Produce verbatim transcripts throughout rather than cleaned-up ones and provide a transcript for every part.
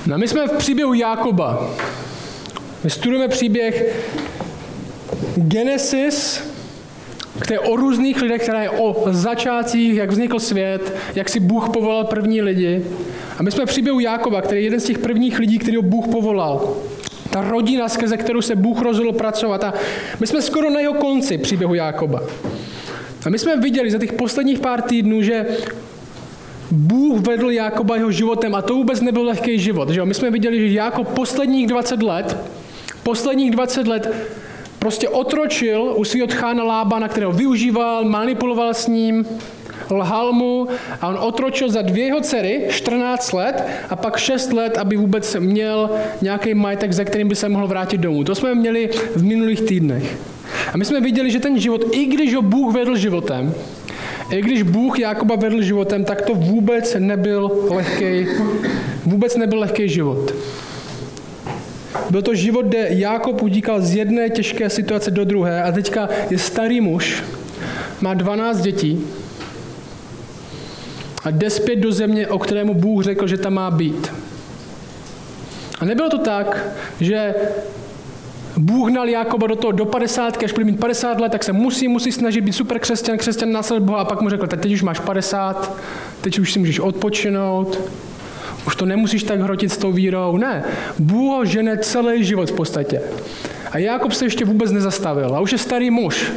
No my jsme v příběhu Jákoba. My studujeme příběh Genesis, který je o různých lidech, která je o začátcích, jak vznikl svět, jak si Bůh povolal první lidi. A my jsme v příběhu Jákoba, který je jeden z těch prvních lidí, kterého Bůh povolal. Ta rodina, skrze kterou se Bůh rozhodl pracovat. A my jsme skoro na jeho konci příběhu Jákoba. A my jsme viděli za těch posledních pár týdnů, že Bůh vedl Jákoba jeho životem a to vůbec nebyl lehký život. Že? My jsme viděli, že Jákob posledních dvacet let, posledních dvacet let prostě otročil u svého tchána Lábana, kterého využíval, manipuloval s ním, lhal mu a on otročil za dvě jeho dcery čtrnáct let a pak šest let, aby vůbec měl nějaký majetek, za kterým by se mohl vrátit domů. To jsme měli v minulých týdnech. A my jsme viděli, že ten život, i když ho Bůh vedl životem, i když Bůh Jákoba vedl životem, tak to vůbec nebyl lehký, vůbec nebyl lehký život. Byl to život, kde Jákob utíkal z jedné těžké situace do druhé a teďka je starý muž, má dvanáct dětí a jde zpět do země, o kterému Bůh řekl, že tam má být. A nebylo to tak, že Bůh hnal Jákoba do toho do padesátky, až bude mít padesát let, tak se musí, musí snažit být super křesťan, křesťan následovat Boha a pak mu řekl, teď už máš padesát, teď už si můžeš odpočinout, už to nemusíš tak hrotit s tou vírou. Ne, Bůh ho žene celý život v podstatě. A Jákob se ještě vůbec nezastavil a už je starý muž.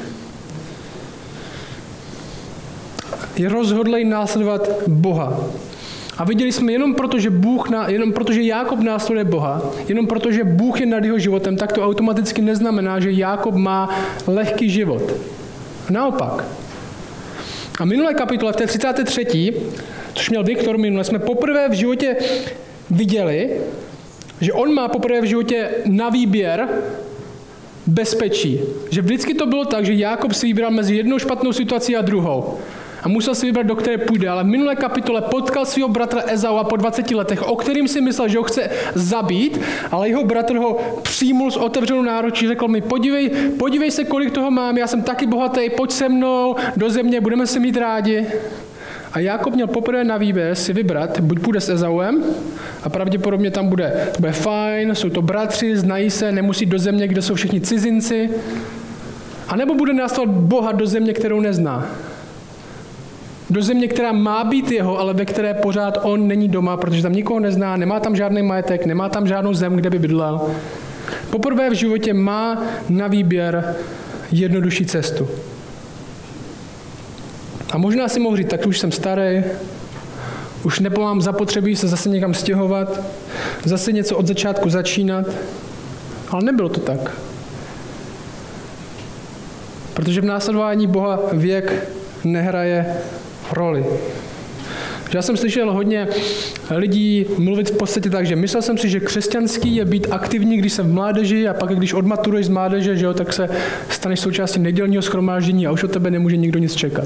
Je rozhodlej následovat Boha. A viděli jsme jenom proto, že Bůh, jenom proto, že Jákob následuje Boha, jenom proto, že Bůh je nad jeho životem, tak to automaticky neznamená, že Jákob má lehký život. Naopak. A minulé kapitole, v té třicáté třetí, což měl Viktor minule, jsme poprvé v životě viděli, že on má poprvé v životě na výběr bezpečí. Že vždycky to bylo tak, že Jákob si vybíral mezi jednou špatnou situací a druhou. A musel si vybrat, do které půjde. Ale v minulé kapitole potkal svého bratra Ezaua po dvaceti letech, o kterým si myslel, že ho chce zabít, ale jeho bratr ho přijmul s otevřenou náručí, řekl mi, podívej, podívej se, kolik toho mám, já jsem taky bohatý, pojď se mnou do země, budeme se mít rádi. A Jákob měl poprvé na výběr si vybrat, buď půjde s Ezauem, a pravděpodobně tam bude, to bude fajn, jsou to bratři, znají se, nemusí do země, kde jsou všichni cizinci, anebo bude následovat Boha do země, kterou nezná. Do země, která má být jeho, ale ve které pořád on není doma, protože tam nikoho nezná, nemá tam žádný majetek, nemá tam žádnou zem, kde by bydlel. Poprvé v životě má na výběr jednodušší cestu. A možná si mohl říct, tak už jsem starý, už nepomám zapotřebí se zase někam stěhovat, zase něco od začátku začínat, ale nebylo to tak. Protože v následování Boha věk nehraje roli. Já jsem slyšel hodně lidí mluvit v podstatě tak, že myslel jsem si, že křesťanský je být aktivní, když jsem v mládeži a pak, když odmaturuješ z mládeže, že jo, tak se staneš součástí nedělního shromáždění a už od tebe nemůže nikdo nic čekat.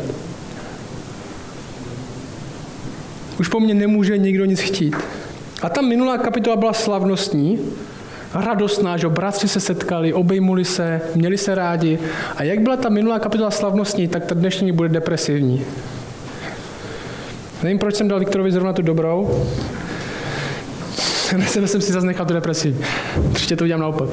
Už po mně nemůže nikdo nic chtít. A ta minulá kapitola byla slavnostní, radostná, že bratři se setkali, obejmuli se, měli se rádi. A jak byla ta minulá kapitola slavnostní, tak ta dnešní bude depresivní. Nevím, proč jsem dal Viktorovi zrovna tu dobrou. Na sebe jsem si zase nechal tu depresivní. Příště to udělám naopak.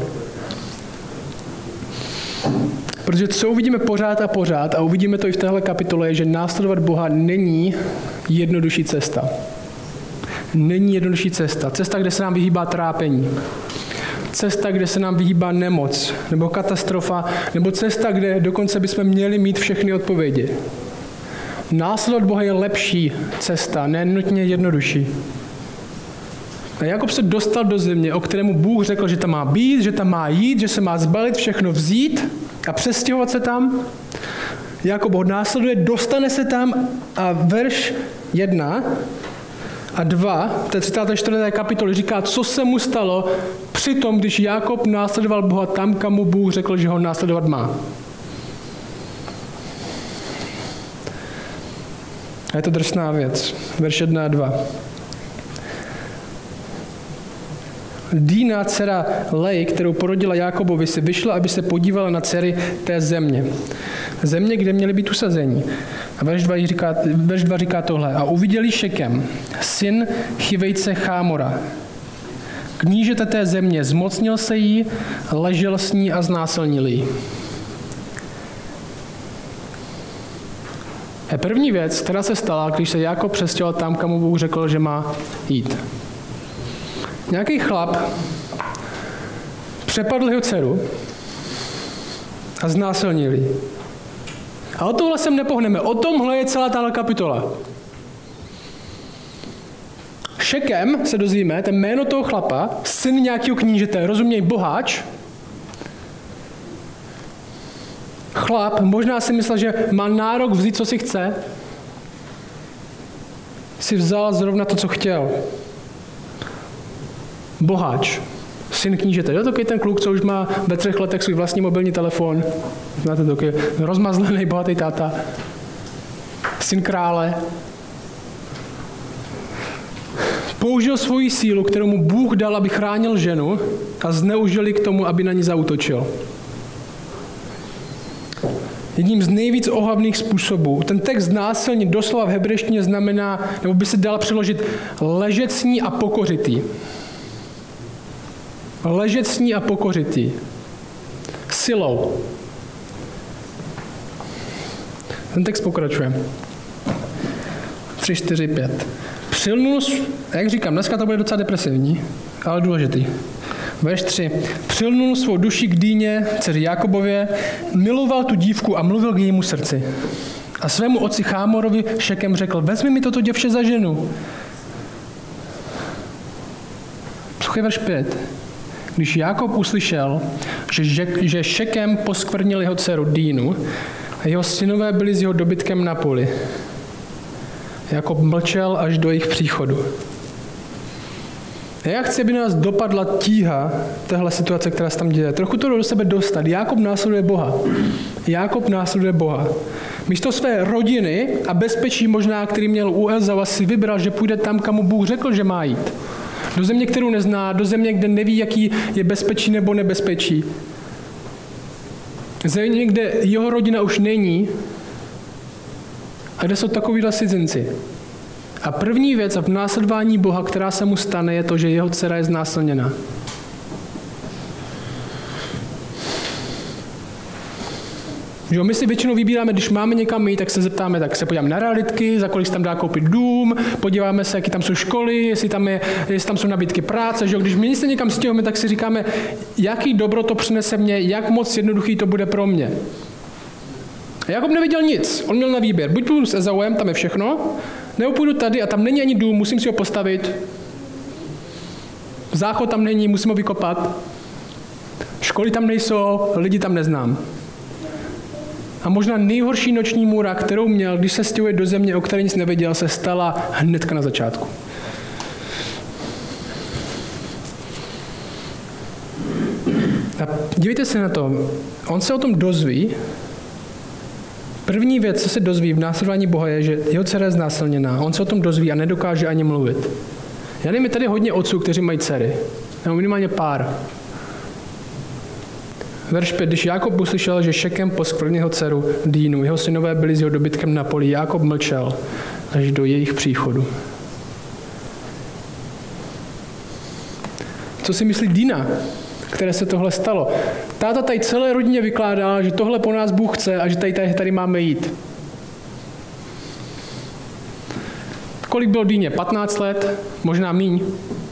Protože co uvidíme pořád a pořád, a uvidíme to i v téhle kapitole, je, že následovat Boha není jednodušší cesta. Není jednodušší cesta. Cesta, kde se nám vyhýbá trápení. Cesta, kde se nám vyhýbá nemoc, nebo katastrofa, nebo cesta, kde dokonce bychom měli mít všechny odpovědi. Následovat Boha je lepší cesta, ne nutně jednodušší. A Jákob se dostal do země, o kterému Bůh řekl, že tam má být, že tam má jít, že se má zbalit, všechno vzít a přestěhovat se tam. Jákob ho následuje, dostane se tam a verš jedna a dva, té třicáté čtvrté kapitoly říká, co se mu stalo při tom, když Jákob následoval Boha tam, kam mu Bůh řekl, že ho následovat má. A je to drsná věc. Verš jedna a dva. Dína, dcera Lej, kterou porodila Jákobovi, si vyšla, aby se podívala na dcery té země. Země, kde měli být usazení. A verš dva říká, verš dva říká tohle. A uviděli Šekem, syn Chivejce Chámora. Knížete té země, zmocnil se jí, ležel s ní a znásilnil jí. Je první věc, která se stala, když se Jákob přestěhoval tam, kam mu Bůh řekl, že má jít. Nějaký chlap přepadl jeho dceru a znásilnil ji. A o tohle sem nepohneme. O tomhle je celá tahle kapitola. Šekem se dozvíme, ten jméno toho chlapa, syn nějakého knížete, rozuměj boháč. Chlap možná si myslel, že má nárok vzít, co si chce. Si vzal zrovna to, co chtěl. Boháč. Syn knížete. Jo, takový ten kluk, co už má ve třech letech svůj vlastní mobilní telefon. Znáte to, takový rozmazlený, bohatý táta. Syn krále. Použil svoji sílu, kterou mu Bůh dal, aby chránil ženu a zneužil ji k tomu, aby na ní zaútočil. Jedním z nejvíc ohavných způsobů. Ten text znásilnit doslova v hebrejštině znamená, nebo by se dal přeložit ležecní a pokořitý. Ležecní a pokořitý. Silou. Ten text pokračuje. tři, čtyři, pět. Přilnul, jak říkám, dneska to bude docela depresivní, ale důležitý. Verš tři. Přilnul svou duši k Dýně, dceři Jákobově, miloval tu dívku a mluvil k jejímu srdci. A svému otci Chámorovi Šekem řekl, vezmi mi toto děvče za ženu. Poslouchej verš pět. Když Jákob uslyšel, že, že Šekem poskvrnil jeho dceru Dýnu a jeho synové byli s jeho dobytkem na poli, Jákob mlčel až do jejich příchodu. Já chci, aby nás dopadla tíha téhle situace, která se tam děje. Trochu to do sebe dostat. Jákob následuje Boha. Jákob následuje Boha. Místo své rodiny a bezpečí možná, který měl u Ezava, si vybral, že půjde tam, kam mu Bůh řekl, že má jít. Do země, kterou nezná, do země, kde neví, jaký je bezpečí nebo nebezpečí. Země, kde jeho rodina už není a kde jsou takovýhle cizinci. A první věc a v následování Boha, která se mu stane, je to, že jeho dcera je znásilněna. Že my si většinou vybíráme, když máme někam jít, tak se zeptáme, tak se podíváme na realitky, za kolik se tam dá koupit dům, podíváme se, jaký tam jsou školy, jestli tam, je, jestli tam jsou nabídky práce. Že když my se někam stěhujeme, tak si říkáme, jaký dobro to přinese mě, jak moc jednoduchý to bude pro mě. A Jákob neviděl nic, on měl na výběr. Buď půjdu s Ezauem, tam je všechno, nebo půjdu tady a tam není ani dům, musím si ho postavit. Záchod tam není, musím ho vykopat. Školy tam nejsou, lidi tam neznám. A možná nejhorší noční můra, kterou měl, když se stěhuje do země, o které nic nevěděl, se stala hnedka na začátku. A dívejte se na to. On se o tom dozví. První věc, co se dozví v následování Boha, je, že jeho dcera je znásilněná. On se o tom dozví a nedokáže ani mluvit. Já nevím, je tady hodně otců, kteří mají dcery. Nebo minimálně pár. Verš pět. Když Jákob uslyšel, že Šekem poskvrnil jeho dceru Dýnu, jeho synové byli s jeho dobytkem na poli, Jákob mlčel až do jejich příchodu. Co si myslí Dýna, které se tohle stalo? Táta tady celé rodině vykládá, že tohle po nás Bůh chce a že tady, tady, tady máme jít. Kolik bylo Dýně? patnáct let? Možná míň.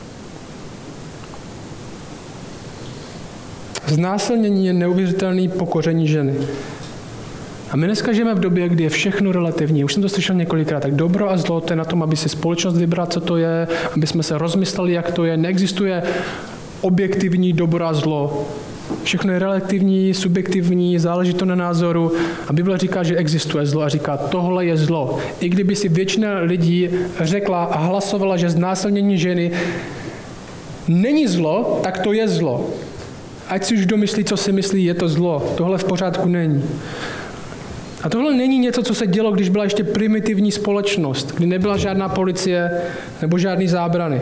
Znásilnění je neuvěřitelné pokoření ženy. A my dneska žijeme v době, kdy je všechno relativní. Už jsem to slyšel několikrát. Tak dobro a zlo, to je na tom, aby si společnost vybrala, co to je, aby jsme se rozmysleli, jak to je. Neexistuje objektivní dobro a zlo. Všechno je relativní, subjektivní, záleží to na názoru. A Bible říká, že existuje zlo a říká, tohle je zlo. I kdyby si většina lidí řekla a hlasovala, že znásilnění ženy není zlo, tak to je zlo. Ať si už domyslí, co si myslí, je to zlo. Tohle v pořádku není. A tohle není něco, co se dělo, když byla ještě primitivní společnost, kdy nebyla žádná policie nebo žádný zábrany.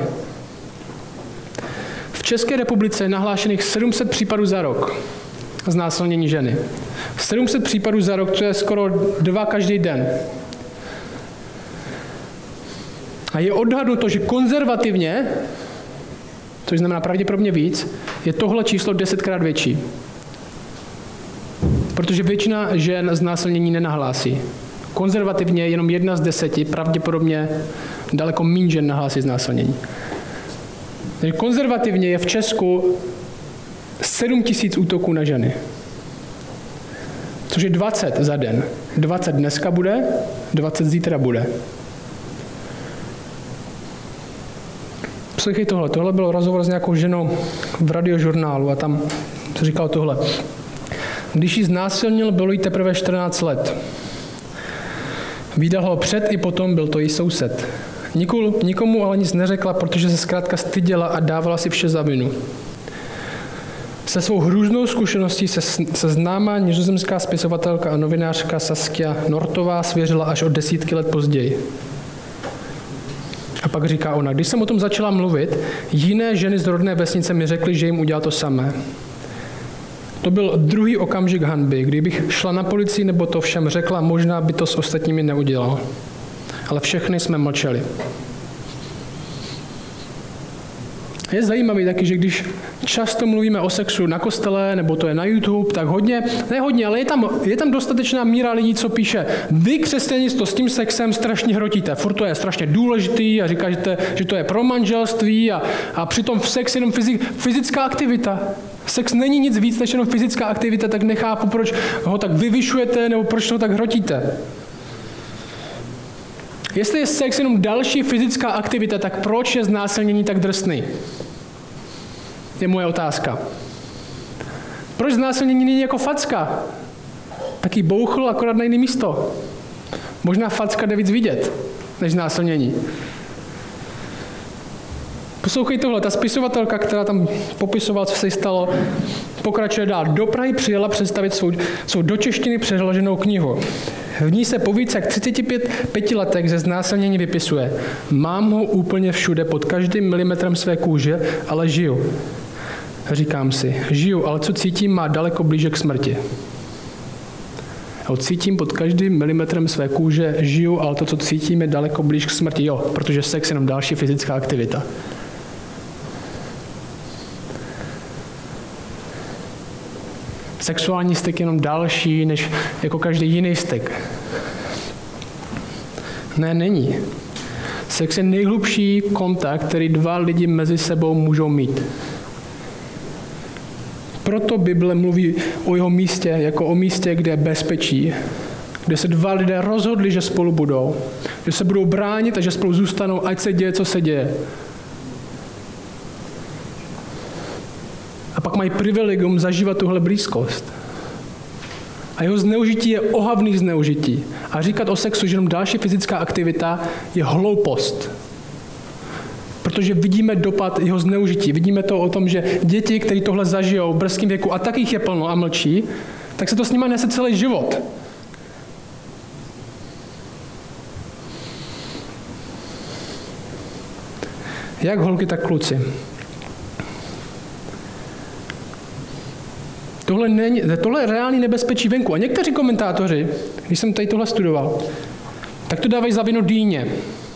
V České republice je nahlášených sedm set případů za rok znásilnění ženy. sedm set případů za rok, to je skoro dva každý den. A je odhadnuto, že konzervativně což znamená pravděpodobně víc, je tohle číslo desetkrát větší. Protože většina žen znásilnění nenahlásí. Konzervativně jenom jedna z deseti, pravděpodobně daleko méně žen nahlásí znásilnění. Takže konzervativně je v Česku sedm tisíc útoků na ženy. Což je dvacet za den. dvacet dneska bude, dvacet zítra bude. Poslouchej tohle. Tohle byl rozhovor s nějakou ženou v radiožurnálu a tam to říkal tohle. Když ji znásilnil, bylo jí teprve čtrnáct let. Vídal ho před i potom, byl to její soused. Nikul, nikomu ale nic neřekla, protože se zkrátka styděla a dávala si vše za vinu. Se svou hrůznou zkušeností se, se známá nizozemská spisovatelka a novinářka Saskia Nortová svěřila až o desítky let později. A pak říká ona, když jsem o tom začala mluvit, jiné ženy z rodné vesnice mi řekly, že jim udělal to samé. To byl druhý okamžik hanby. Kdybych šla na policii nebo to všem řekla, možná by to s ostatními neudělal. Ale všechny jsme mlčeli. Je zajímavý taky, že když často mluvíme o sexu na kostele, nebo to je na YouTube, tak hodně, ne hodně, ale je tam, je tam dostatečná míra lidí, co píše, vy křesťané to s tím sexem strašně hrotíte, furt to je strašně důležitý a říkáte, že to je pro manželství a, a přitom v sex je jenom fyzik, fyzická aktivita. Sex není nic víc než jenom fyzická aktivita, tak nechápu, proč ho tak vyvyšujete nebo proč ho tak hrotíte. Jestli je sex jenom další fyzická aktivita, tak proč je znásilnění tak drsný? Je moje otázka. Proč znásilnění není jako facka? Taky bouchl akorát na jiné místo. Možná facka jde víc vidět, než znásilnění. Poslouchej tohle, ta spisovatelka, která tam popisovala, co se jí stalo, pokračuje dál. Do Prahy přijela představit svou, svou do češtiny přeloženou knihu. V ní se po více jak třiceti pěti letech ze znásilnění vypisuje. Mám ho úplně všude, pod každým milimetrem své kůže, ale žiju. Říkám si, žiju, ale co cítím, má daleko blíže k smrti. Jo, cítím pod každým milimetrem své kůže, žiju, ale to, co cítím, je daleko blíž k smrti. Jo, protože sex je jenom další fyzická aktivita. Sexuální styk je jenom další, než jako každý jiný styk. Ne, není. Sex je nejhlubší kontakt, který dva lidi mezi sebou můžou mít. Proto Bible mluví o jeho místě jako o místě, kde je bezpečí, kde se dva lidé rozhodli, že spolu budou, že se budou bránit a že spolu zůstanou, ať se děje, co se děje. A pak mají privilegium zažívat tuhle blízkost. A jeho zneužití je ohavný zneužití. A říkat o sexu, že jenom další fyzická aktivita, je hloupost. Protože vidíme dopad jeho zneužití. Vidíme to o tom, že děti, kteří tohle zažijou v brzkém věku, a tak jich je plno a mlčí, tak se to s nimi nese celý život. Jak holky, tak kluci. Tohle, není, tohle je reálný nebezpečí venku. A někteří komentátoři, když jsem tady tohle studoval, tak to dávají za vinu dýně.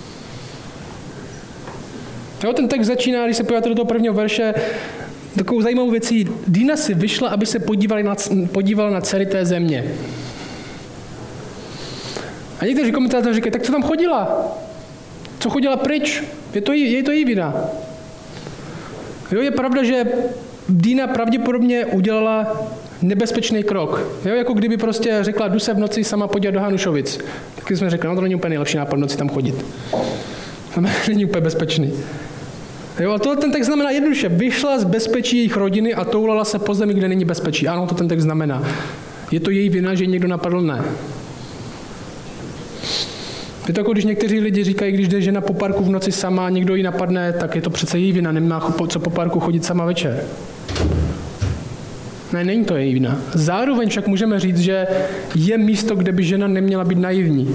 Jo, ten text začíná, když se podíváte do toho prvního verše, takovou zajímavou věcí. Dýna si vyšla, aby se podívali na, podívala na dcery té země. A někteří komentátoři říkají, tak co tam chodila? Co chodila pryč? Je to, je to její vina. Jo, je pravda, že Dýna pravděpodobně udělala nebezpečný krok. Jo, jako kdyby prostě řekla, jdu se v noci sama podívat do Hanušovic. Taky jsme řekli, no to není úplně nejlepší nápad v noci tam chodit. To není úplně bezpečný. Jo, a tohle ten text znamená jednoduše. Vyšla z bezpečí jejich rodiny a toulala se po zemi, kde není bezpečí. Ano, to ten text znamená. Je to její vina, že ji někdo napadl? Ne. Je to jako když někteří lidi říkají, když jde žena po parku v noci sama, někdo ji napadne, tak je to přece její vina, nemá co po parku chodit sama večer. Ne, není to její vina. Zároveň však můžeme říct, že je místo, kde by žena neměla být naivní.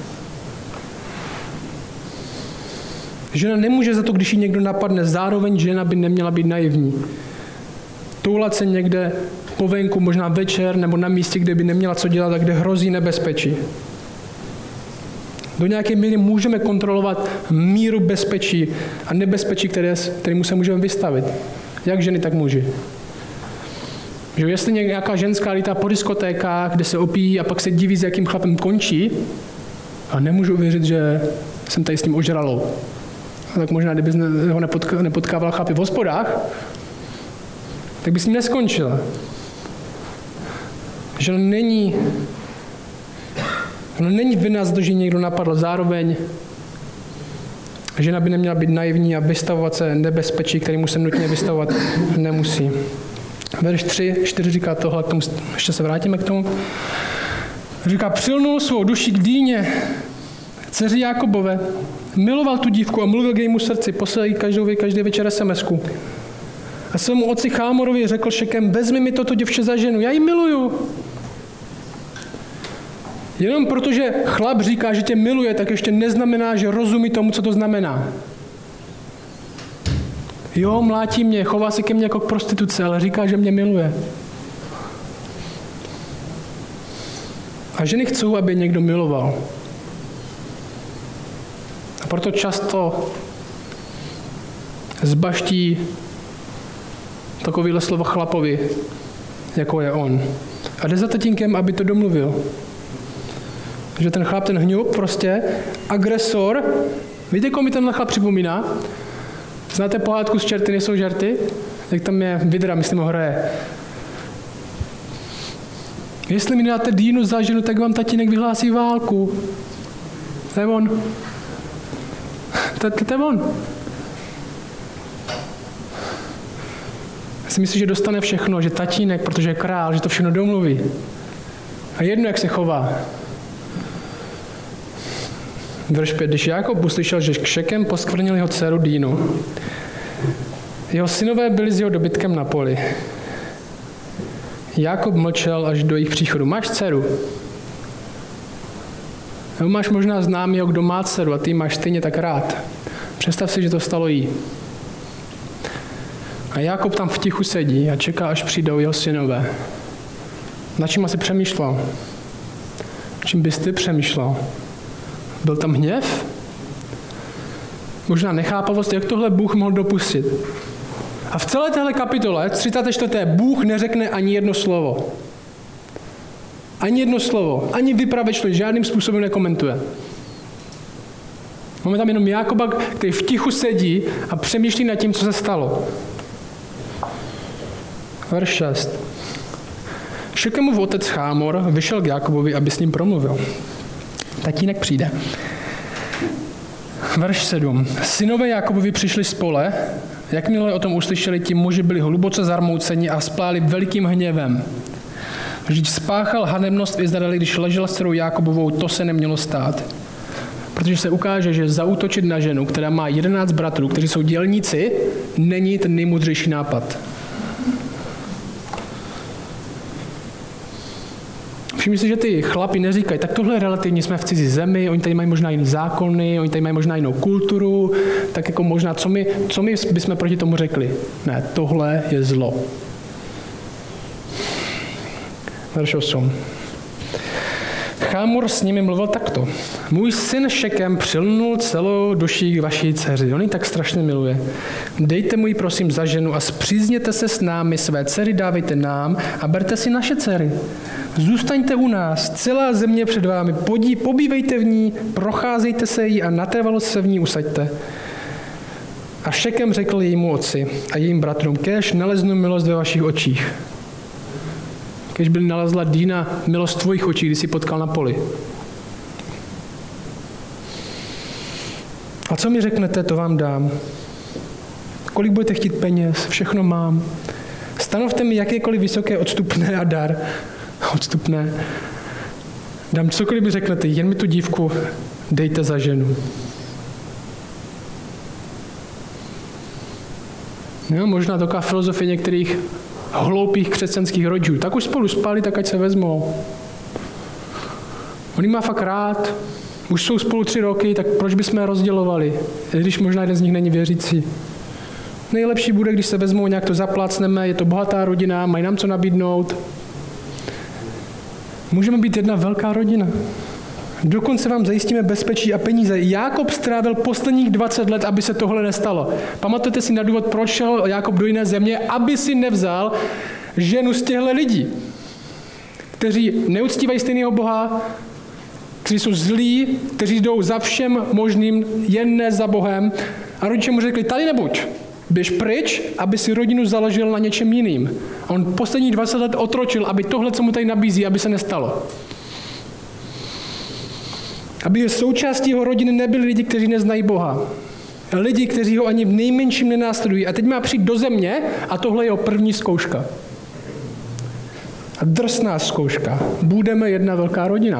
Žena nemůže za to, když ji někdo napadne, zároveň žena by neměla být naivní. Toulat se někde po venku, možná večer, nebo na místě, kde by neměla co dělat a kde hrozí nebezpečí. Do nějaké míry můžeme kontrolovat míru bezpečí a nebezpečí, které, kterému se můžeme vystavit. Jak ženy, tak muži. Že jestli nějaká ženská lítá po diskotékách, kde se opíjí a pak se diví, s jakým chlapem končí, a nemůžu uvěřit, že jsem tady s ním ožralou. A tak možná, kdyby ho nepotkávala chlapi v hospodách, tak by s ním neskončila. Že ono není, ono není vina za to, že někdo napadl. Zároveň žena by neměla být naivní a vystavovat se nebezpečí, kterému se nutně vystavovat nemusí. Verš tři, čtyři říká tohle, k tomu, ještě se vrátíme k tomu. Říká, přilnul svou duši k Dýně, dceři Jákobové, miloval tu dívku a mluvil k jejímu srdci, poslal jí každou, každý večer es em esku. A svému otci Chámorovi řekl Šekem, vezmi mi toto děvče za ženu, já ji miluju. Jenom protože chlap říká, že tě miluje, tak ještě neznamená, že rozumí tomu, co to znamená. Jo, mlátí mě, chová se ke mně jako k prostituce, ale říká, že mě miluje. A ženy chcou, aby někdo miloval. A proto často zbaští takovýhle slovo chlapovi, jako je on. A jde za tatínkem, aby to domluvil. Že ten chlap, ten hňup, prostě agresor. Víte, komu mi tenhle chlap připomíná? Znáte pohádku z Čerty nejsou žerty? Jak tam je Vidra, myslím, ho hraje. Jestli mi nedáte Dýnu za ženu, tak vám tatínek vyhlásí válku. To je on. To, to, to je on. Já si myslím, že dostane všechno, že tatínek, protože je král, že to všechno domluví. A jedno, jak se chová. Verš pět. Když Jákob uslyšel, že Šekem poskvrnil jeho dceru Dýnu, jeho synové byli s jeho dobytkem na poli. Jákob mlčel až do jejich příchodu. Máš dceru? Nebo máš možná známýho, kdo má dceru a ty máš stejně tak rád. Představ si, že to stalo jí. A Jákob tam v tichu sedí a čeká, až přijdou jeho synové. Na čím asi přemýšlel? Čím bys ty přemýšlel? Byl tam hněv? Možná nechápavost, jak tohle Bůh mohl dopustit. A v celé téhle kapitole, třicáté čtvrté Bůh neřekne ani jedno slovo. Ani jedno slovo. Ani vypravěč žádným způsobem nekomentuje. Máme tam jenom Jákoba, který v tichu sedí a přemýšlí nad tím, co se stalo. Verš šest. Šekemův otec Chámor vyšel k Jákobovi, aby s ním promluvil. Tatínek přijde. Verš sedm. Synové Jákobovi přišli z pole, jakmile o tom uslyšeli, ti muži byli hluboce zarmouceni a spáli velikým hněvem. Vždyť spáchal hanebnost v Izraeli, když ležel s dcerou Jákobovou, to se nemělo stát. Protože se ukáže, že zaútočit na ženu, která má jedenáct bratrů, kteří jsou dělníci, není ten nejmoudřejší nápad. Všimni si, že ty chlapi neříkají, tak tohle je relativně, jsme v cizí zemi, oni tady mají možná jiný zákony, oni tady mají možná jinou kulturu, tak jako možná, co my, co my bychom proti tomu řekli? Ne, tohle je zlo. Verš osm. Chámor s nimi mluvil takto. Můj syn Šekem přilnul celou duši k vaší dceři. On ji tak strašně miluje. Dejte mu ji prosím za ženu a spřízněte se s námi, své dcery dávejte nám a berte si naše dcery. Zůstaňte u nás, celá země před vámi, podí, pobývejte v ní, procházejte se jí a natrvalo se v ní usaďte. A Šekem řekl jejímu otci a jejím bratrům, kéž naleznu milost ve vašich očích. Kéž by nalezla Dýna milost tvojich očí, když jsi potkal na poli. A co mi řeknete, to vám dám. Kolik budete chtít peněz, všechno mám. Stanovte mi jakékoliv vysoké odstupné a dar. Odstupné. Dám cokoliv mi řeknete, jen mi tu dívku dejte za ženu. Jo, možná taková filozofie některých hloupých křesťanských rodičů. Tak už spolu spali, tak ať se vezmou. On jí má fakt rád, už jsou spolu tři roky, tak proč bychom je rozdělovali, když možná jeden z nich není věřící. Nejlepší bude, když se vezmou, nějak to zaplácneme, je to bohatá rodina, mají nám co nabídnout. Můžeme být jedna velká rodina. Dokonce vám zajistíme bezpečí a peníze. Jákob strávil posledních dvacet let, aby se tohle nestalo. Pamatujete si na důvod, proč šel Jákob do jiné země, aby si nevzal ženu z těchto lidí, kteří neuctívají stejného Boha, kteří jsou zlí, kteří jdou za všem možným, jen ne za Bohem. A rodiče mu řekli, tady nebuď, běž pryč, aby si rodinu založil na něčem jiným. A on posledních dvacet let otročil, aby tohle, co mu tady nabízí, aby se nestalo. Aby součástí jeho rodiny nebyli lidi, kteří neznají Boha. Lidi, kteří ho ani v nejmenším nenásledují. A teď má přijít do země a tohle je jeho první zkouška. A drsná zkouška. Budeme jedna velká rodina.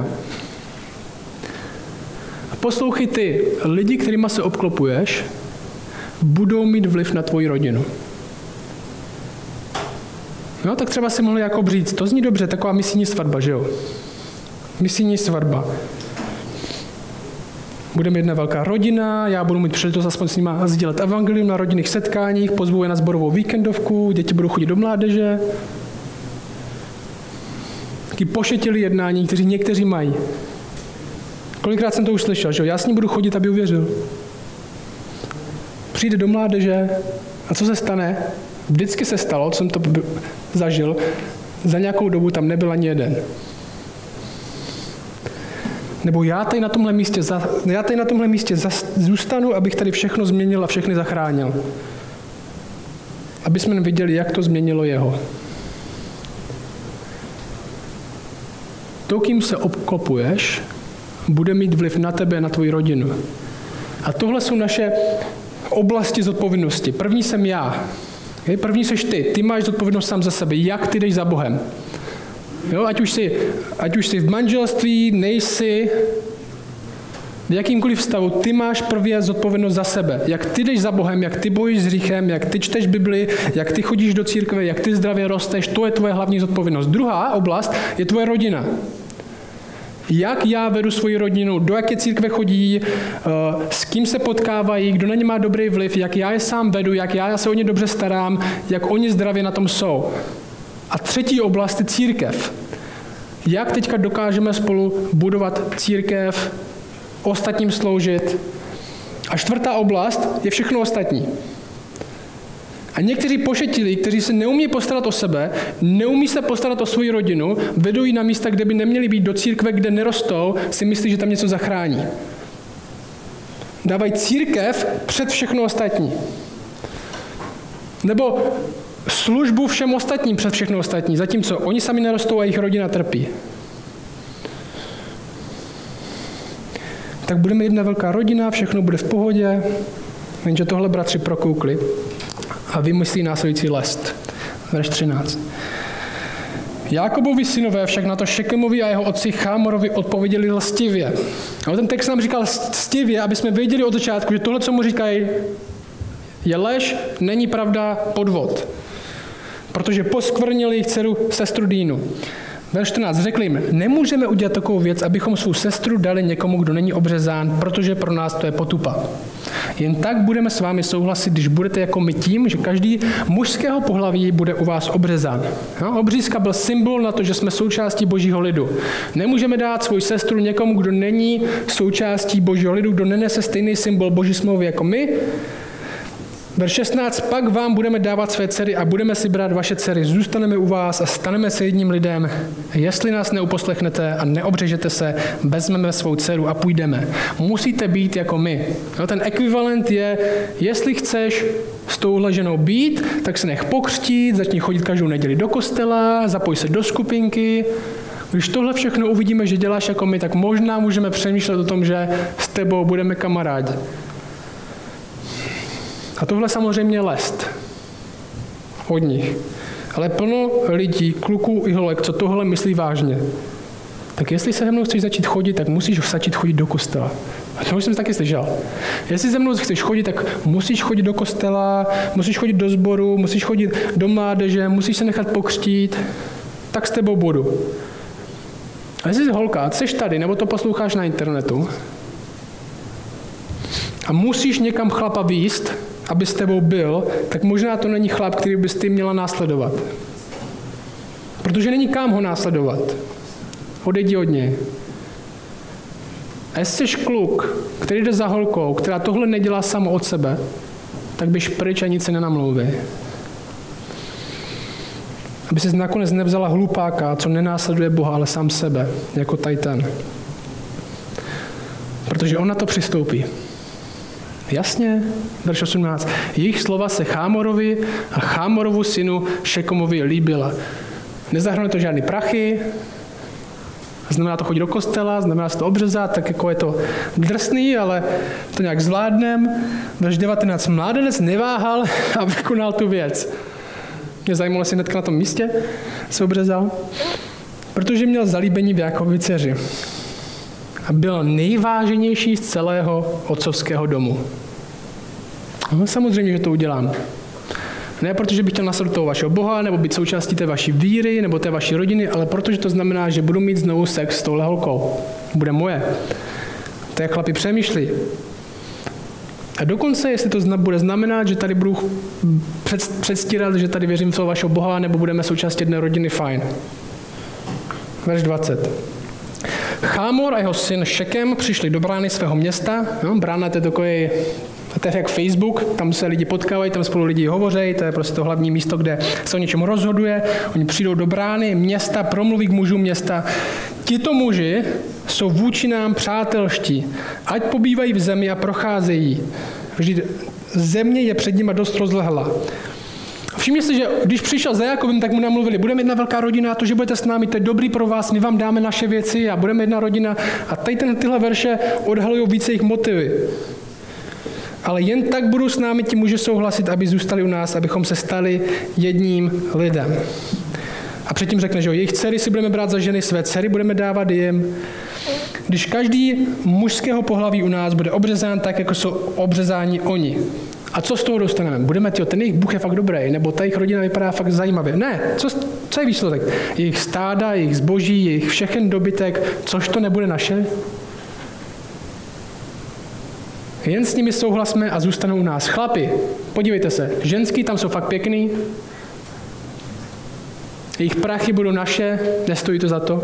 A poslouchej ty, lidi, kterýma se obklopuješ, budou mít vliv na tvoji rodinu. No, tak třeba si mohl Jakob říct, to zní dobře, taková misijní svatba, že jo? Misijní svatba. Budeme jedna velká rodina, já budu mít příležitost aspoň s nima sdílet evangelium na rodinných setkáních, pozvu je na sborovou víkendovku, děti budou chodit do mládeže. Taky pošetilí jednání, kteří někteří mají. Kolikrát jsem to už slyšel, že jo? Já s ním budu chodit, aby uvěřil. Přijde do mládeže a co se stane? Vždycky se stalo, co jsem to zažil, za nějakou dobu tam nebyl ani jeden. Nebo já tady na tomhle místě, za, já tady na tomhle místě za, zůstanu, abych tady všechno změnil a všechny zachránil. Aby jsme viděli, jak to změnilo jeho. To, kým se obklopuješ, bude mít vliv na tebe, na tvoji rodinu. A tohle jsou naše oblasti zodpovědnosti. První jsem já. První seš ty. Ty máš zodpovědnost sám za sebe. Jak ty jdeš za Bohem. Jo, ať už jsi, ať už jsi v manželství, nejsi, v jakýmkoliv stavu, ty máš první zodpovědnost za sebe. Jak ty jdeš za Bohem, jak ty bojíš s hříchem, jak ty čteš Bibli, jak ty chodíš do církve, jak ty zdravě rosteš, to je tvoje hlavní zodpovědnost. Druhá oblast je tvoje rodina. Jak já vedu svoji rodinu, do jaké církve chodí, s kým se potkávají, kdo na ně má dobrý vliv, jak já je sám vedu, jak já se o ně dobře starám, jak oni zdravě na tom jsou. A třetí oblast je církev. Jak teďka dokážeme spolu budovat církev, ostatním sloužit. A čtvrtá oblast je všechno ostatní. A někteří pošetilí, kteří se neumí postarat o sebe, neumí se postarat o svou rodinu, vedou ji na místa, kde by neměli být, do církve, kde nerostou, si myslí, že tam něco zachrání. Dávají církev před všechno ostatní. Nebo službu všem ostatním před všechno ostatní, zatímco oni sami nerostou a jejich rodina trpí. Tak budeme jedna velká rodina, všechno bude v pohodě, jenže tohle bratři prokoukli a vymyslí následující lest. Verš třináct. Jákobovi synové však na to Šekemovi a jeho otci Chámorovi odpověděli lstivě. Ale ten text nám říkal lstivě, aby jsme věděli od začátku, že tohle, co mu říkají, je lež, není pravda, podvod. Protože poskvrnili jejich dceru sestru Dínu. Verš čtrnáct. Řekli jim, nemůžeme udělat takovou věc, abychom svou sestru dali někomu, kdo není obřezán, protože pro nás to je potupa. Jen tak budeme s vámi souhlasit, když budete jako my tím, že každý mužského pohlaví bude u vás obřezán. No, obřízka byl symbol na to, že jsme součástí Božího lidu. Nemůžeme dát svou sestru někomu, kdo není součástí Božího lidu, kdo nenese stejný symbol Boží smlouvy jako my. Verš šestnáct. Pak vám budeme dávat své dcery a budeme si brát vaše dcery. Zůstaneme u vás a staneme se jedním lidem. Jestli nás neuposlechnete a neobřežete se, vezmeme svou dceru a půjdeme. Musíte být jako my. No, ten ekvivalent je, jestli chceš s touhle ženou být, tak se nech pokřtít, začni chodit každou neděli do kostela, zapoj se do skupinky. Když tohle všechno uvidíme, že děláš jako my, tak možná můžeme přemýšlet o tom, že s tebou budeme kamarádi. A tohle samozřejmě lest od nich. Ale plno lidí, kluků i holek, co tohle myslí vážně. Tak jestli se se mnou chceš začít chodit, tak musíš začít chodit do kostela. A to už jsem taky slyšel. Jestli se mnou chceš chodit, tak musíš chodit do kostela, musíš chodit do sboru, musíš chodit do mládeže, musíš se nechat pokřtít, tak s tebou budu. A jestli jsi holka, jsi tady, nebo to posloucháš na internetu a musíš někam chlapa vést, aby s tebou byl, tak možná to není chlap, který bys ty měla následovat. Protože není kam ho následovat. Odejdi od něj. A jestli jsi kluk, který jde za holkou, která tohle nedělá samo od sebe, tak běž pryč a nic se nenamlouví. Aby si nakonec nevzala hlupáka, co nenásleduje Boha, ale sám sebe, jako tady ten. Protože on na to přistoupí. Jasně, verš osmnáct. Jejich slova se Chámorovi a Chámorovu synu Šekomovi líbila. Nezahrnuje to žádný prachy, znamená to chodit do kostela, znamená se to obřezat, tak jako je to drsný, ale to nějak zvládnem. Verš devatenáct. Mládenec neváhal a vykonal tu věc. Mě zajímalo, jestli hnedka na tom místě se obřezal, protože měl zalíbení v Jákobovi dceři. A byl nejváženější z celého otcovského domu. No, samozřejmě, že to udělám. Ne protože bych chtěl nasledovat toho vašeho Boha, nebo být součástí té vaší víry, nebo té vaší rodiny, ale protože to znamená, že budu mít znovu sex s touhle holkou. Bude moje. To jak chlapi přemýšlí. A dokonce, jestli to bude znamenat, že tady budu předstírat, že tady věřím v toho vašeho Boha, nebo budeme součástí jedné rodiny, fajn. Verš dvacet. Chámor a jeho syn Šekem přišli do brány svého města. No, brána to je takový, to je jak Facebook, tam se lidi potkávají, tam spolu lidi hovoří, to je prostě to hlavní místo, kde se o něčem rozhoduje. Oni přijdou do brány města, promluví k mužům města. Tito muži jsou vůči nám přátelští, ať pobývají v zemi a procházejí. Vždyť země je před nimi dost rozlehlá. Všimně si, že když přišel za Jakobem, tak mu namluvili, budeme jedna velká rodina, to, že budete s námi, to je dobrý pro vás, my vám dáme naše věci a budeme jedna rodina. A tady ten, tyhle verše odhalují více jejich motivy. Ale jen tak budou s námi ti muži souhlasit, aby zůstali u nás, abychom se stali jedním lidem. A předtím řekne, že jejich dcery si budeme brát za ženy, své dcery budeme dávat jim. Když každý mužského pohlaví u nás bude obřezán tak, jako jsou obřezáni oni. A co z toho dostaneme? Budeme, tyjo, ten jejich Bůh je fakt dobrý, nebo ta jejich rodina vypadá fakt zajímavě. Ne, co, co je výsledek? Jejich stáda, jejich zboží, jejich všechen dobytek, což to nebude naše? Jen s nimi souhlasme a zůstanou u nás. Chlapi, podívejte se, ženský tam jsou fakt pěkný, jejich prachy budou naše, nestojí to za to.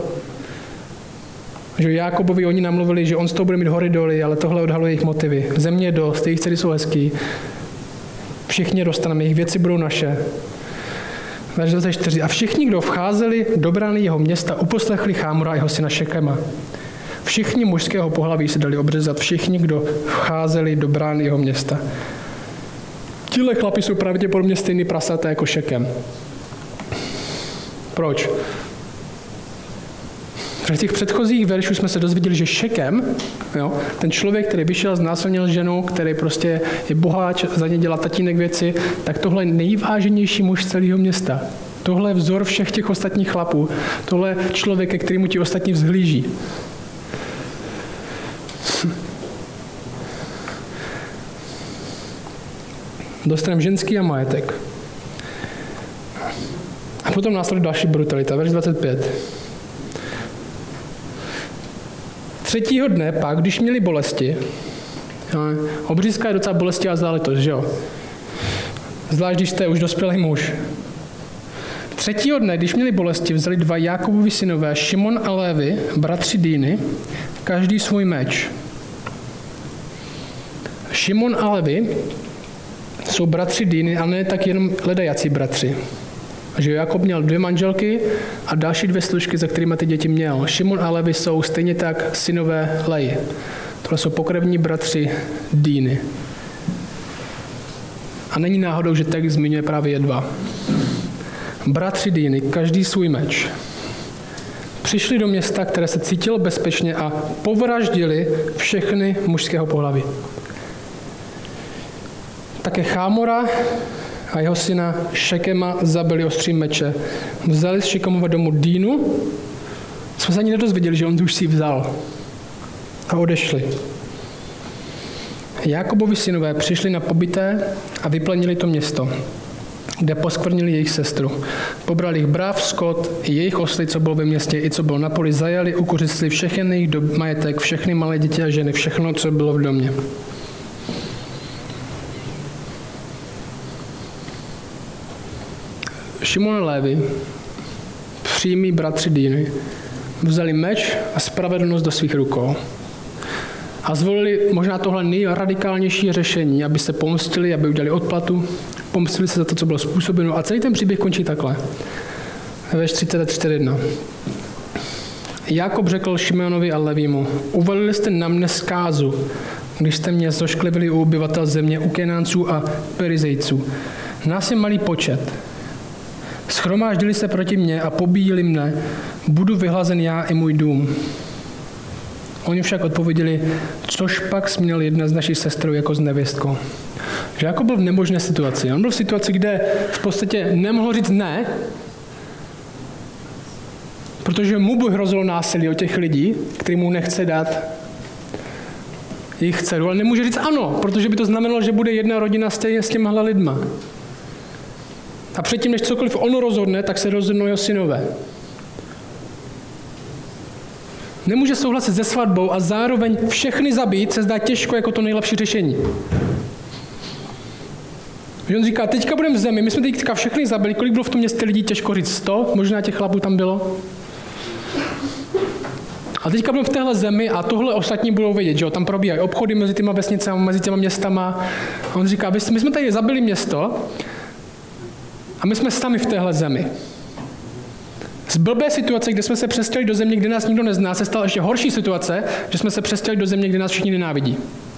Že Jákobovi oni namluvili, že on z toho bude mít hory doly, ale tohle odhaluje jejich motivy. Země je dost, jejich dcery jsou hezký, všichni dostaneme, jejich věci budou naše. Verš dvacet čtyři. A všichni, kdo vcházeli do brány jeho města, uposlechli Chámora a jeho syna Šekema. Všichni mužského pohlaví se dali obřezat, všichni, kdo vcházeli do brány jeho města. Tihle chlapi jsou pravděpodobně stejný prasaté jako Šekem. Proč? V těch předchozích veršů jsme se dozvěděli, že Šekem, jo, ten člověk, který vyšel, znásilnil ženu, který prostě je boháč, za ně dělá tatínek věci, tak tohle je nejváženější muž celého města. Tohle je vzor všech těch ostatních chlapů. Tohle je člověk, ke kterému ti ostatní vzhlíží. Dostaneme ženský a majetek. A potom následuje další brutalita. Verš dvacet pět. Třetího dne pak, když měli bolesti, obřízka je docela bolestivá záležitost, že jo? Zvlášť, když jste už dospělý muž. Třetího dne, když měli bolesti, vzali dva Jákobovi synové, Šimon a Lévi, bratři Dýny, každý svůj meč. Šimon a Lévi jsou bratři Dýny, ale ne tak jenom ledajací bratři. Že Jakob měl dvě manželky a další dvě služky, za kterými ty děti měl. Šimon a Levi jsou stejně tak synové Leji. Tohle jsou pokrevní bratři Dýny. A není náhodou, že text zmiňuje právě je dva. Bratři Dýny, každý svůj meč. Přišli do města, které se cítilo bezpečně a povraždili všechny mužského pohlaví. Také Chámora a jeho syna Šekema zabili ostřím meče. Vzali z Šekemova domu Dýnu, jsme se ani nedozvěděli, že on už si ji vzal. A odešli. Jákobovi synové přišli na pobyté a vyplenili to město, kde poskvrnili jejich sestru. Pobrali jich bráv, skot, i jejich osly, co bylo ve městě, i co bylo na poli, zajali, ukořistili všechny jejich majetek, všechny malé děti a ženy, všechno, co bylo v domě. Šimon a Lévi, přímí bratři Dýny, vzali meč a spravedlnost do svých rukou. a zvolili možná tohle nejradikálnější řešení, aby se pomstili, aby udělali odplatu, pomstili se za to, co bylo způsobeno. A celý ten příběh končí takhle. Ve třicet čtyři jedna. Jákob řekl Šimeonovi a Levímu, uvalili jste na mne zkázu, když jste mě zošklivili u obyvatel země, u Kenánců a Perizejců. Nás je malý počet. Schromáždili se proti mně a pobíjili mne, budu vyhlazen já i můj dům. Oni však odpověděli, což pak směl jedna z našich sestrů jako s nevěstkou. Že Jákob byl v nemožné situaci. On byl v situaci, kde v podstatě nemohl říct ne, protože mu by hrozilo násilí od těch lidí, který mu nechce dát jejich dceru, ale nemůže říct ano, protože by to znamenalo, že bude jedna rodina stejně s těmhle lidma. A předtím, než cokoliv on rozhodne, tak se rozhodnou jeho synové. Nemůže souhlasit se svatbou a zároveň všechny zabít se zdá těžko jako to nejlepší řešení. Že on říká, teďka budeme v zemi, my jsme teďka všechny zabili, kolik bylo v tom městě lidí, těžko říct sto, možná těch chlapů tam bylo. A teďka budeme v téhle zemi a tohle ostatní budou vědět, že jo, tam probíhají obchody mezi těma vesnicemi, mezi těma městama. A on říká, my jsme tady zabili město a my jsme sami v téhle zemi. Z blbé situace, kde jsme se přestěhli do země, kde nás nikdo nezná, se stala ještě horší situace, že jsme se přestěhli do země, kde nás všichni nenávidí.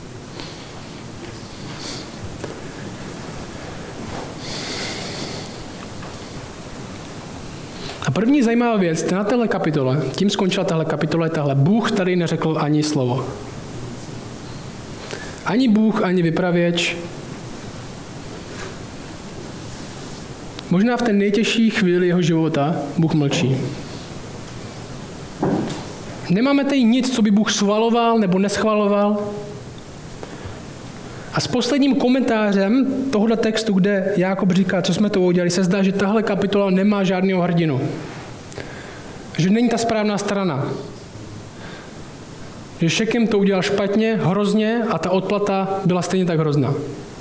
A první zajímavá věc, na téhle kapitole, tím skončila tahle kapitola, je tahle. Bůh tady neřekl ani slovo. Ani Bůh, ani vypravěč. Možná v té nejtěžší chvíli jeho života Bůh mlčí. Nemáme tady nic, co by Bůh schvaloval nebo neschvaloval. A s posledním komentářem tohoto textu, kde Jákob říká, co jsme to udělali, se zdá, že tahle kapitola nemá žádného hrdinu. Že není ta správná strana. Že Šekem to udělal špatně, hrozně a ta odplata byla stejně tak hrozná.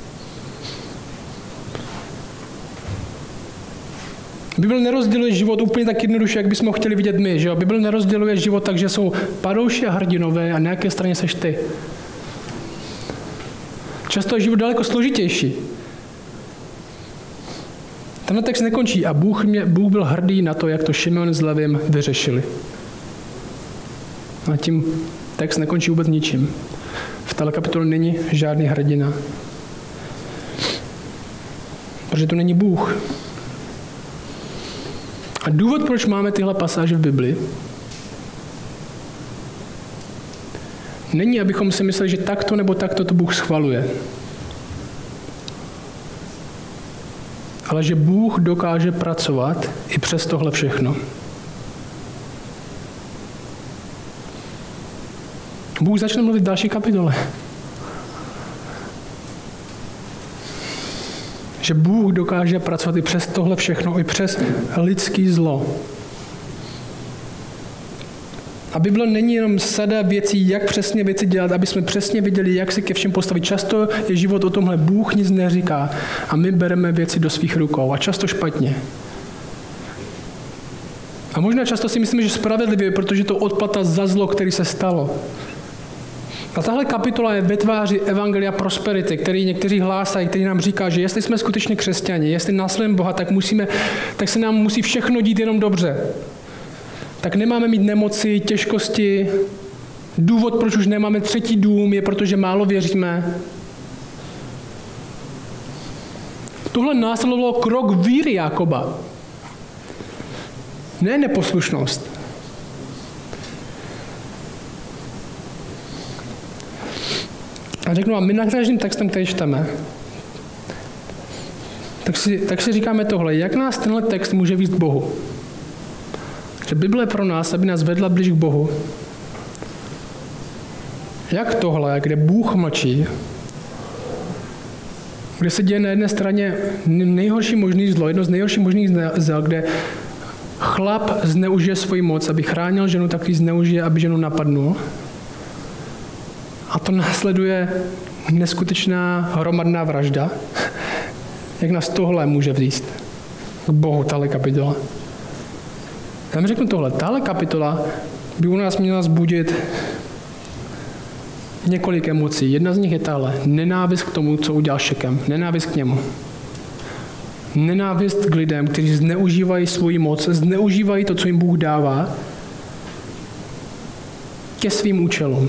Bible nerozděluje život úplně tak jednoduše, jak bychom ho chtěli vidět my. Že jo? Bible nerozděluje život tak, že jsou padouši a hrdinové a na jaké straně seš ty. Často je život daleko složitější. Tenhle text nekončí a Bůh, mě, Bůh byl hrdý na to, jak to Šimeon s Levím vyřešili. A tím text nekončí vůbec ničím. V této kapitole není žádný hrdina. Protože to není Bůh. A důvod, proč máme tyhle pasáže v Bibli, není, abychom si mysleli, že takto nebo takto to Bůh schvaluje. Ale že Bůh dokáže pracovat i přes tohle všechno. Bůh začne mluvit v další kapitole. Že Bůh dokáže pracovat i přes tohle všechno, i přes lidský zlo. A Bible není jenom sada věcí, jak přesně věci dělat, aby jsme přesně viděli, jak se ke všem postavit. Často je život o tomhle, Bůh nic neříká a my bereme věci do svých rukou a často špatně. A možná často si myslíme, že spravedlivě, protože to odplata za zlo, který se stalo. A tahle kapitola je ve tváři evangelia prosperity, který někteří hlásají, který nám říká, že jestli jsme skutečně křesťani, jestli následujeme Boha, tak, musíme, tak se nám musí všechno dít jenom dobře. Tak nemáme mít nemoci, těžkosti. Důvod, proč už nemáme třetí dům, je protože málo věříme. Tohle následovalo krok víry Jákoba. Ne neposlušnost. A řeknu vám, my na každým textem, který čteme, tak si, tak si říkáme tohle, jak nás tenhle text může víc k Bohu. Že Bible je pro nás, aby nás vedla blíž k Bohu. Jak tohle, kde Bůh mlčí, kde se děje na jedné straně nejhorší možný zlo, jedno z nejhorších možných zel, kde chlap zneužije svoji moc, aby chránil ženu, tak ji zneužije, aby ženu napadnul. A to následuje neskutečná hromadná vražda. Jak nás tohle může vzít k Bohu, tahle kapitola. Já mi řeknu tohle, tahle kapitola by u nás měla zbudit několik emocí. Jedna z nich je tahle. Nenávist k tomu, co udělal Šekem. Nenávist k němu. Nenávist k lidem, kteří zneužívají svoji moc, zneužívají to, co jim Bůh dává, ke svým účelům.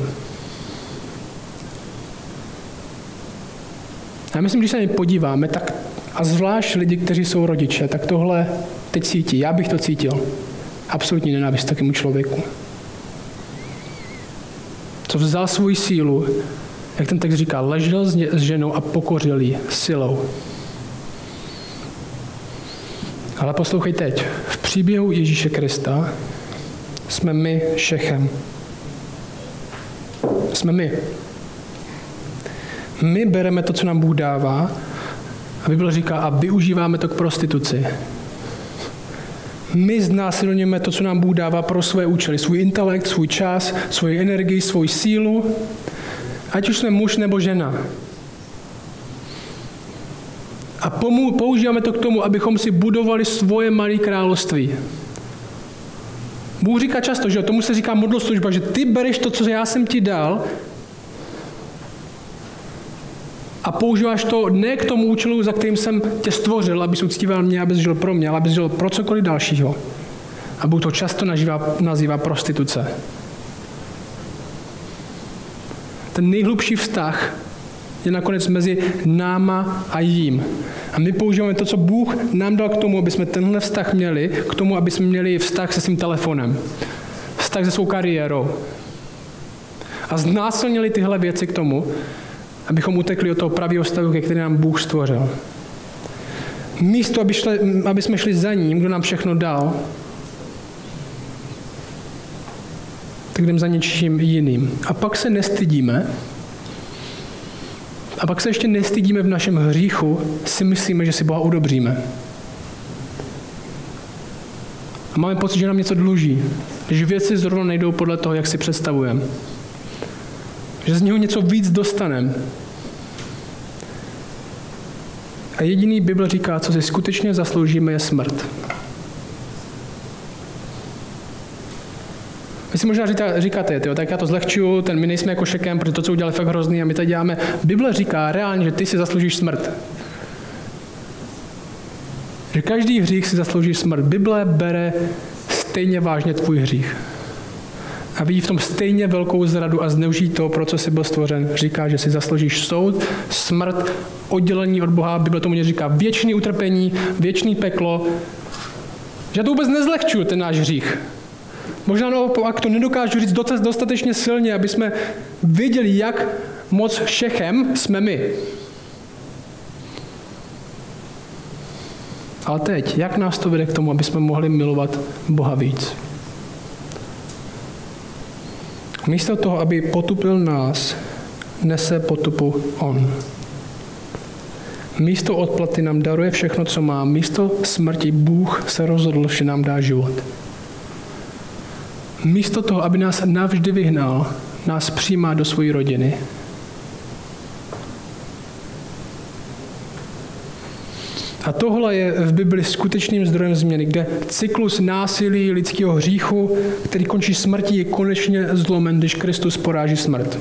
Já myslím, když se na ně podíváme, tak a zvlášť lidi, kteří jsou rodiče, tak tohle teď cítí. Já bych to cítil. Absolutní nenávist takému člověku. Co vzal svou sílu, jak ten text říká, ležel s ženou a pokořil ji silou. Ale poslouchej teď. V příběhu Ježíše Krista jsme my Šechem. Jsme my. My bereme to, co nám Bůh dává, a Bible říká, a využíváme to k prostituci. My znásilňujeme to, co nám Bůh dává pro své účely. Svůj intelekt, svůj čas, svoji energii, svou sílu. Ať už jsme muž nebo žena. A pomů- používáme to k tomu, abychom si budovali svoje malé království. Bůh říká často, že tomu se říká modloslužba, že ty bereš to, co já jsem ti dal, a používáš to ne k tomu účelu, za kterým jsem tě stvořil, abys uctíval mě, abys žil pro mě, ale abys žil pro cokoliv dalšího. A Bůh to často nazývá, nazývá prostituce. Ten nejhlubší vztah je nakonec mezi náma a jím. A my používáme to, co Bůh nám dal k tomu, aby jsme tenhle vztah měli, k tomu, aby jsme měli vztah se svým telefonem, vztah se svou kariérou. A znásilnili tyhle věci k tomu, abychom utekli od toho pravého stavu, ke který nám Bůh stvořil. Místo, aby, šli, aby jsme šli za ním, kdo nám všechno dal, tak jdeme za něčím jiným. A pak se nestydíme, a pak se ještě nestydíme v našem hříchu, si myslíme, že si Boha udobříme. A máme pocit, že nám něco dluží, když věci zrovna nejdou podle toho, jak si představujeme. Že z něho něco víc dostaneme. A jediný Bible říká, co si skutečně zasloužíme, je smrt. Vy si možná říkáte, tyjo, tak já to zlehčuju, ten my nejsme jako Šekem, protože to, co udělali, fakt hrozný a my to děláme. Bible říká reálně, že ty si zasloužíš smrt. Že každý hřích si zaslouží smrt. Bible bere stejně vážně tvůj hřích. A vidí v tom stejně velkou zradu a zneužít toho, pro co jsi byl stvořen. Říká, že si zasloužíš soud, smrt, oddělení od Boha. Bible tomu říká věčný utrpení, věčný peklo. Že já to vůbec nezlehčuju, ten náš hřích. Možná naopak to nedokážu říct dostatečně silně, aby jsme věděli, jak moc Šechem jsme my. Ale teď, jak nás to vede k tomu, aby jsme mohli milovat Boha víc? Místo toho, aby potupil nás, nese potupu on. Místo odplaty nám daruje všechno, co má. Místo smrti Bůh se rozhodl, že nám dá život. Místo toho, aby nás navždy vyhnal, nás přijímá do své rodiny. A tohle je v Bibli skutečným zdrojem změny, kde cyklus násilí lidského hříchu, který končí smrtí, je konečně zlomen, když Kristus poráží smrt.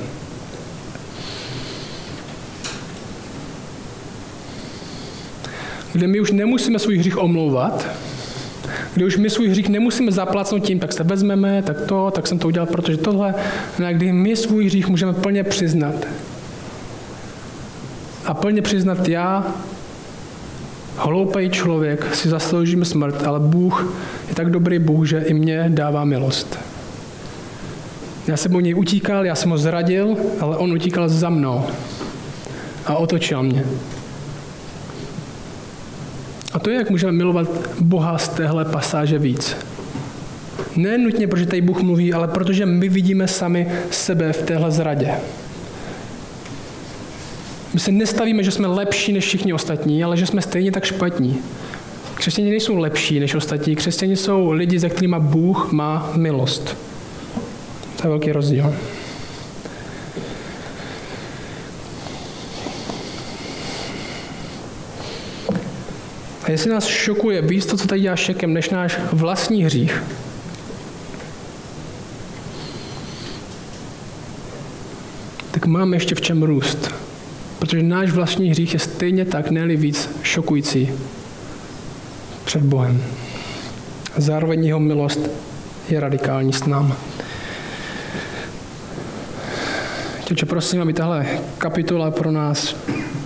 Kde my už nemusíme svůj hřích omlouvat, kde už my svůj hřích nemusíme zaplácnout tím, tak se vezmeme, tak to, tak jsem to udělal, protože tohle, ne, kdy my svůj hřích můžeme plně přiznat. A plně přiznat já, hloupej člověk, si zasloužím smrt, ale Bůh je tak dobrý Bůh, že i mě dává milost. Já jsem od něj utíkal, já jsem ho zradil, ale on utíkal za mnou a otočil mě. A to je, jak můžeme milovat Boha z téhle pasáže víc. Ne nutně, protože tady Bůh mluví, ale protože my vidíme sami sebe v téhle zradě. My se nestavíme, že jsme lepší než všichni ostatní, ale že jsme stejně tak špatní. Křesťané nejsou lepší než ostatní. Křesťané jsou lidi, za kterými Bůh má milost. To je velký rozdíl. A jestli nás šokuje víc to, co tady dělá Šekem, než náš vlastní hřích, tak tak máme ještě v čem růst. Protože náš vlastní hřích je stejně tak, ne-li víc, šokující před Bohem. Zároveň jeho milost je radikální s náma. Těče, prosím, aby tahle kapitola pro nás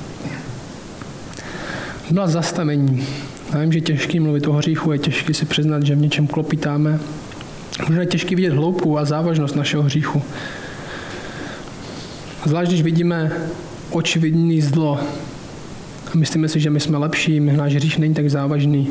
byla zastavení. Já vím, že je těžký mluvit o hříchu, je těžký si přiznat, že v něčem klopitáme. Možná je těžký vidět hloubku a závažnost našeho hříchu. Zvlášť, když vidíme očividný zlo a myslíme si, že my jsme lepší, náš hřích není tak závažný.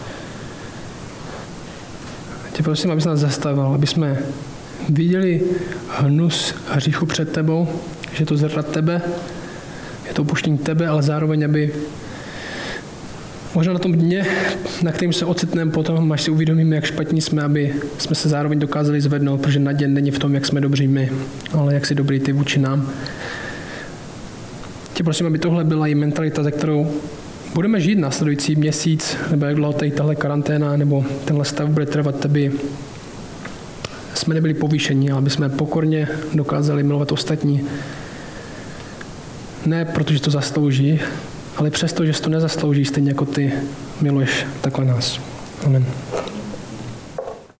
Tě prosím, aby se nás zastavil, aby jsme viděli hnus hříchu před tebou, že je to zrada tebe, je to opuštění tebe, ale zároveň, aby možná na tom dně, na kterým se ocitneme potom, až si uvědomíme, jak špatní jsme, aby jsme se zároveň dokázali zvednout, protože naděje není v tom, jak jsme dobří my, ale jak jsi dobrý ty vůči nám. Tě prosím, aby tohle byla i mentalita, za kterou budeme žít následující měsíc, nebo jak dlouho tady tahle karanténa, nebo tenhle stav bude trvat, aby jsme nebyli povýšení, ale aby jsme pokorně dokázali milovat ostatní. Ne protože to zaslouží, ale přesto, že to nezaslouží, stejně jako ty miluješ takhle nás. Amen.